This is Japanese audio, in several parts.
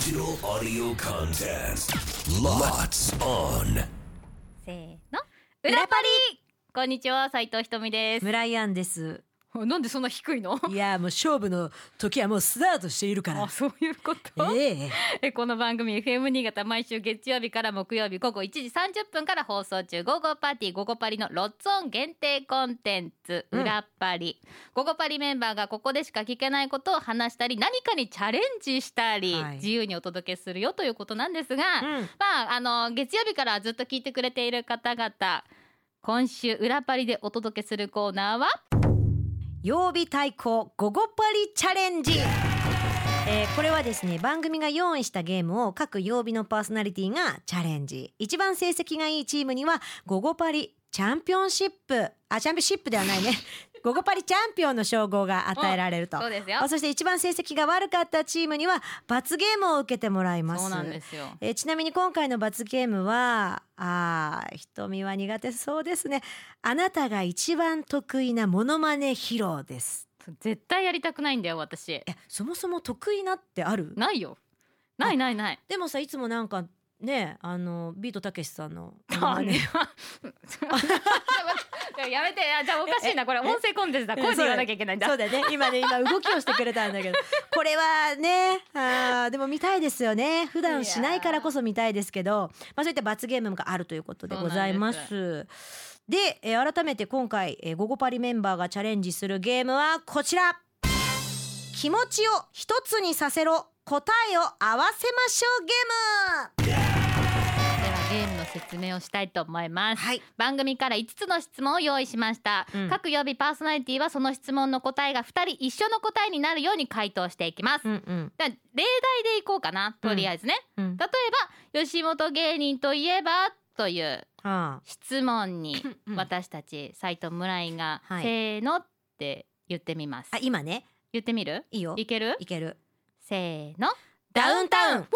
Digital audio contest. Lots on. せーの、裏パリ。こんにちは、斉藤ひとみです。 村井アンです。 なんでそんな低いの？ いやもう勝負の時はもうスタートしているから。 あ、そういうこと。この番組 FM 新潟毎週月曜日から木曜日午後1時30分から放送中、午後パーティー午後パリのロッツオン限定コンテンツ、裏パリ。午後パリメンバーがここでしか聞けないことを話したり、何かにチャレンジしたり、自由にお届けするよということなんですが、月曜日からずっと聞いてくれている方々、今週裏パリでお届けするコーナーは曜日対抗午後パリチャレンジ。これはですね、番組が用意したゲームを各曜日のパーソナリティがチャレンジ。一番成績がいいチームには午後パリチャンピオンシップ、チャンピオンシップではないね午後パリチャンピオンの称号が与えられると。 そうですよ。 そして一番成績が悪かったチームには罰ゲームを受けてもらいます。 そうなんですよ。 ちなみに今回の罰ゲームは瞳は苦手そうですね。あなたが一番得意なモノマネ披露です。 絶対やりたくないんだよ私。 そもそも得意なってある？ ないよ。ない。 でもさ、いつもなんかね、ビートたけしさんのやめて。じゃあおかしいな、これ音声コンテンツだ。声で言わなきゃいけないんだ。 そうだね。今動きをしてくれたんだけどこれはね、でも見たいですよね。普段しないからこそ見たいですけど、そういった罰ゲームがあるということでございます。で、改めて今回、午後パリメンバーがチャレンジするゲームはこちら。気持ちを一つにさせろ、答えを合わせましょうゲーム。 ではゲームの説明をしたいと思います、番組から5つの質問を用意しました、各曜日パーソナリティはその質問の答えが2人一緒の答えになるように回答していきます、例題でいこうかな、とりあえずね、例えば吉本芸人といえばという質問に私たち斉藤村井が、せーのって言ってみます。 今ね、 言ってみる？ いいよ。 いける？せーの、 ダウンタウン。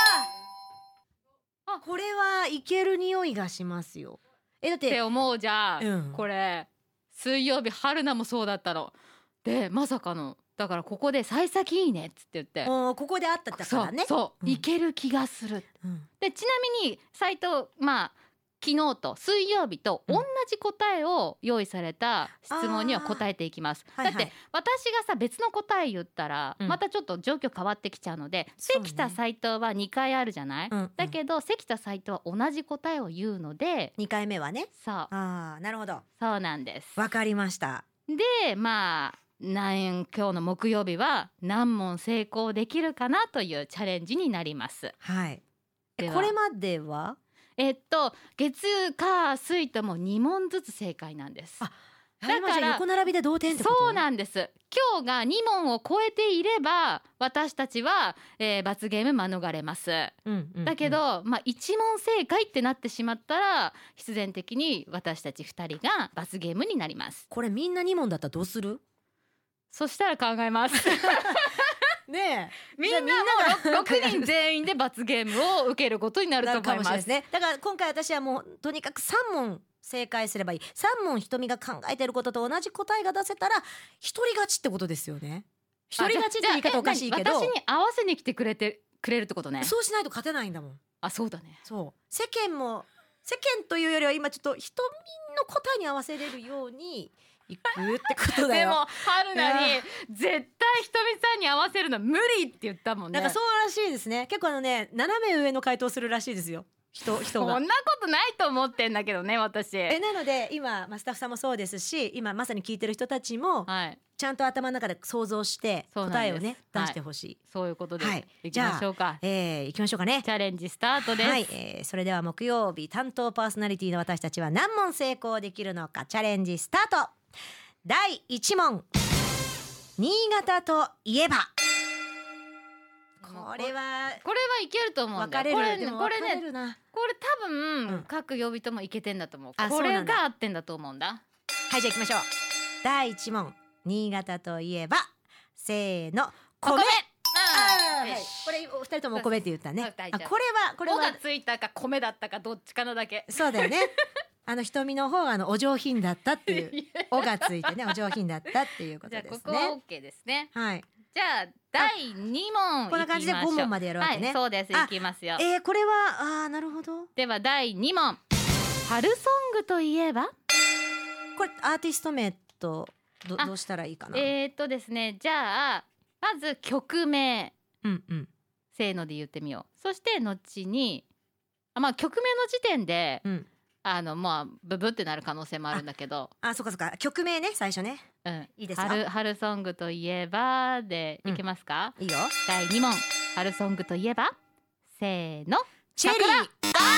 これはいける匂いがしますよ。だってって思うじゃん、これ水曜日春菜もそうだったので、まさかのだからここで幸先いいねっつって言って、 ここであったからね。 いける気がする、でちなみに斉藤昨日と水曜日と同じ答えを用意された質問には答えていきます、だって私がさ別の答え言ったらまたちょっと状況変わってきちゃうので、関田斉藤は2回あるじゃない、だけど関田斉藤は同じ答えを言うので 2回目はね。 そう、 なるほど。 そうなんです。 わかりました。 で今日の木曜日は何問成功できるかなというチャレンジになります。これまでは月火水とも2問ずつ正解なんです。 だから横並びで同点ってこと？ そうなんです。今日が2問を超えていれば私たちは、罰ゲーム免れます、だけど、1問正解ってなってしまったら必然的に私たち2人が罰ゲームになります。 これみんな2問だったらどうする？ そしたら考えますねえ、みんなも6人全員で罰ゲームを受けることになると思います。 だから今回私はもうとにかく3問正解すればいい。3問瞳が考えてることと同じ答えが出せたら一人勝ちってことですよね。一人勝ちって言い方おかしいけど、 私に合わせに来てくれるってことね。 そうしないと勝てないんだもん。 そうだね。 そう世間というよりは今ちょっと瞳の答えに合わせれるようにいくってことだよ。 でも春菜に絶対ひとみさんに合わせるの無理って言ったもんね。 そうらしいですね。結構斜め上の回答するらしいですよ。人がそんなことないと思ってんだけどね私。 なので今、スタッフさんもそうですし、今まさに聞いてる人たちも、ちゃんと頭の中で想像して答えをね出してほしい、 そういうことで、いきましょうか。 いきましょうかね。 チャレンジスタートです、 それでは木曜日担当パーソナリティの私たちは何問成功できるのか。チャレンジスタート。第1問、新潟といえば。これはいけると思うんだよ。これ多分、各曜日ともいけてんだと思う。これが合ってんだと思うんだ。じゃあ行きましょう。第1問、新潟といえば。せーの、米。これお二人ともお米って言ったね。これはおがついたか米だったかどっちかのだけ。 そうだよね瞳の方がお上品だったっていうおがついてね、お上品だったっていうことですね。 じゃあここは OK ですね。 じゃあ第2問こんな感じで5問までやるわけね。 はい、そうです。いきますよ。 これはなるほど。 では第2問、春ソングといえば。 これアーティスト名とどうしたらいいかな。 ですね、じゃあまず曲名、せーので言ってみよう。そして後に曲名の時点で、ブブってなる可能性もあるんだけど、 そうかそうか、曲名ね、最初ね。いいですよ。 春ソングといえばでいけますか。 いいよ。 第2問、春ソングといえば、せーの、 チェリー。そうだよね。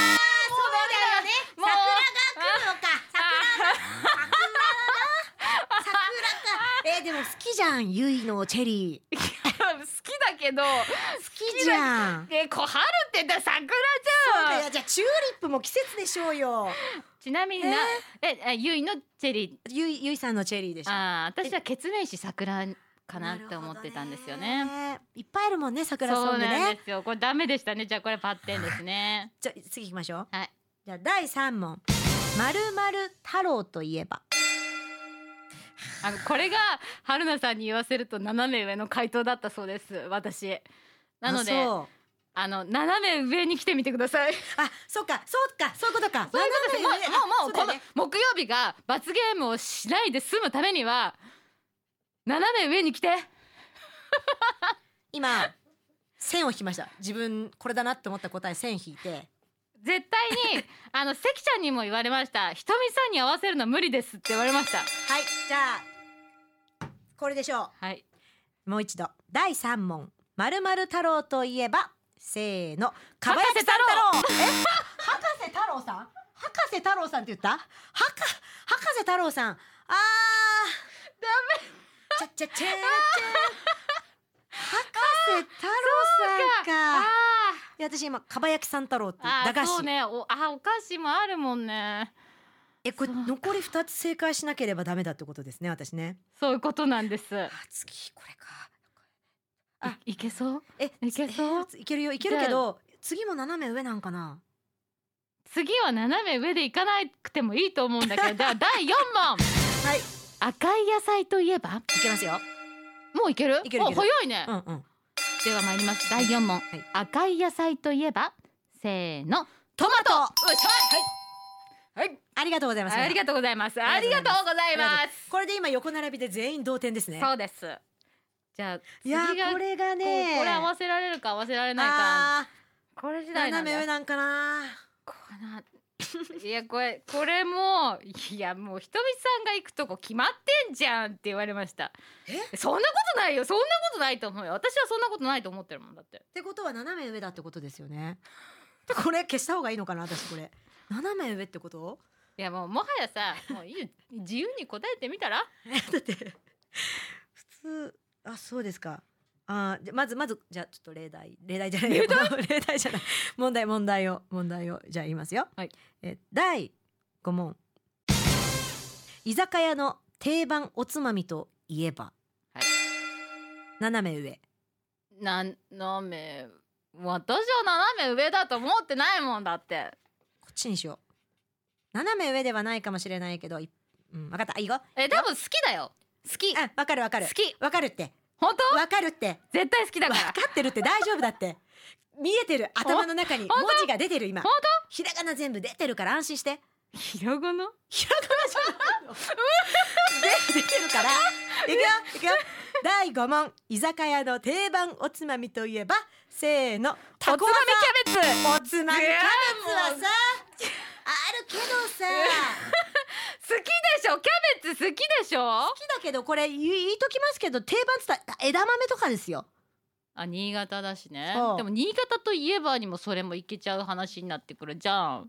桜が来るのか。桜か。でも好きじゃん、ゆいのチェリー。 好きだけど、好きじゃん。 春って言ったら桜じゃん。 そうか、じゃあチューリップも季節でしょうよ。 ちなみにゆいのチェリー。 ゆいさんのチェリーでしょ。 私はケツメイシ桜かなって思ってたんですよね。 いっぱいあるもんね、桜ソングね。 そうなんですよ。これダメでしたね。じゃあこれパッテンですね。 じゃあ次行きましょう。 はい。 じゃあ第3問、まるまる太郎といえば。 これが春菜さんに言わせると斜め上の回答だったそうです、私。なので斜め上に来てみてください。 そうかそういうことか。 そういうことです。もうこの木曜日が罰ゲームをしないで済むためには斜め上に来て。 今線を引きました。自分これだなって思った答え線引いて。 絶対に関ちゃんにも言われました。ひとみさんに合わせるの無理ですって言われました。 はい、じゃあこれでしょう。 はい、 もう一度第3問、まるまる太郎といえば、せーの、 博士太郎。 博士太郎さん、博士太郎さんって言った。博士太郎さん。ダメ。ちゃ博士太郎さんか。私今かば焼きさん太郎って駄菓子。 そうね。お菓子もあるもんね。 これ残り2つ正解しなければダメだってことですね、私ね。 そういうことなんです。 次これか。 いけそう？いけそう？ いけるよ、いけるけど次も斜め上なんかな。 次は斜め上でいかなくてもいいと思うんだけど。じゃあ第4問。はい。赤い野菜といえば？ いけますよ。 もういける？早いね。では参ります。第4問。赤い野菜といえば、せーの、トマト。はい。 ありがとうございます。 ありがとうございます。ありがとうございます。 これで今横並びで全員同点ですね。 そうです。じゃあ次がこれがね、 これ合わせられるか合わせられないか、これ次第なんだよ。 斜め上なんかな。 いやこれももうひとみさんが行くとこ決まってんじゃんって言われました。そんなことないよ。そんなことないと思うよ。私はそんなことないと思ってるもんだって。ってことは斜め上だってことですよね。これ消した方がいいのかな、私これ。斜め上ってこと？ いやもはやさ、もういいよ、自由に答えてみたら。 だって普通。そうですか。まずじゃあちょっと例題じゃないよ。例題じゃない。問題をじゃあ言いますよ。 はい。 第5問。居酒屋の定番おつまみといえば。はい。斜め上。 私は斜め上だと思ってないもんだって。 こっちにしよう。斜め上ではないかもしれないけど、分かった。いいよ。 多分好きだよ。好き。 わかる。好き。わかるって。 本当？ わかるって。 絶対好きだから。 わかってるって。大丈夫だって。見えてる。頭の中に文字が出てる今。 本当？ ひらがな全部出てるから安心して。 ひらがな？ ひらがなじゃないの。出てるから。いくよ。第5問。居酒屋の定番おつまみといえば、せーの。 おつまみキャベツ。 おつまみキャベツはさ、あるけどさ。 好きでしょ。キャベツ好きでしょ。 好きだけど、これ言いときますけど、定番つったら枝豆とかですよ。 新潟だしね。でも新潟といえばにもそれもいけちゃう話になってくるじゃん。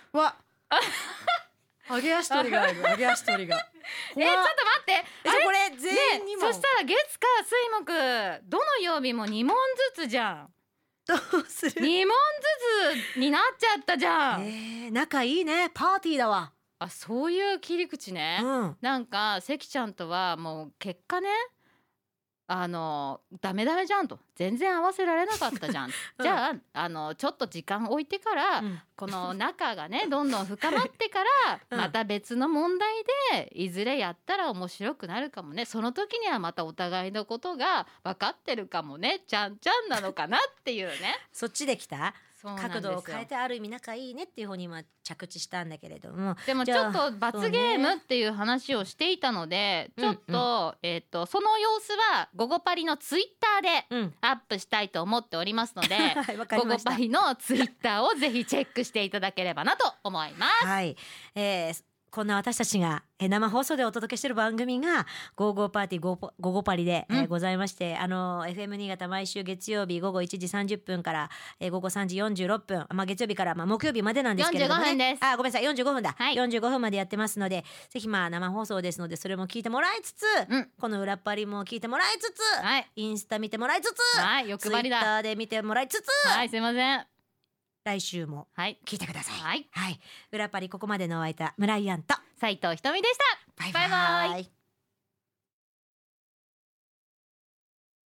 揚げ足取りがある。揚げ足取りが。 ちょっと待って。 これ全員にも。 そしたら月火水木どの曜日も2問ずつじゃん。 どうする？ 2問ずつになっちゃったじゃん。 仲いいね。パーティーだわ。 そういう切り口ね。なんか関ちゃんとはもう結果ね、 ダメじゃんと、全然合わせられなかったじゃん、じゃあちょっと時間置いてから、この仲がねどんどん深まってからまた別の問題でいずれやったら面白くなるかもね、その時にはまたお互いのことが分かってるかもね、ちゃんちゃんなのかなっていうねそっちできたそうなんですよ。 角度を変えてある意味仲いいねっていう方に今着地したんだけれども、 でもちょっと罰ゲームっていう話をしていたので、ちょっと、その様子は午後パリのツイッターでアップしたいと思っておりますので、午後パリのツイッターをぜひチェックしていただければなと思います。 はい、こんな私たちが生放送でお届けしている番組がゴーゴーパーティー午後パリで、ございまして、FM 新潟毎週月曜日午後1時30分から、午後3時46分、月曜日から、木曜日までなんですけれども、ね、 45分です。 ごめんなさい45分だ、 はい、 45分までやってますので、ぜひ生放送ですのでそれも聞いてもらいつつ、この裏っぱりも聞いてもらいつつ、インスタ見てもらいつつ、 欲張りだ、 ツイッターで見てもらいつつ、 すいません、 来週も聞いてください。 はい、 裏パリここまでのお相手村井杏と斉藤ひとみでした。 バイバイ。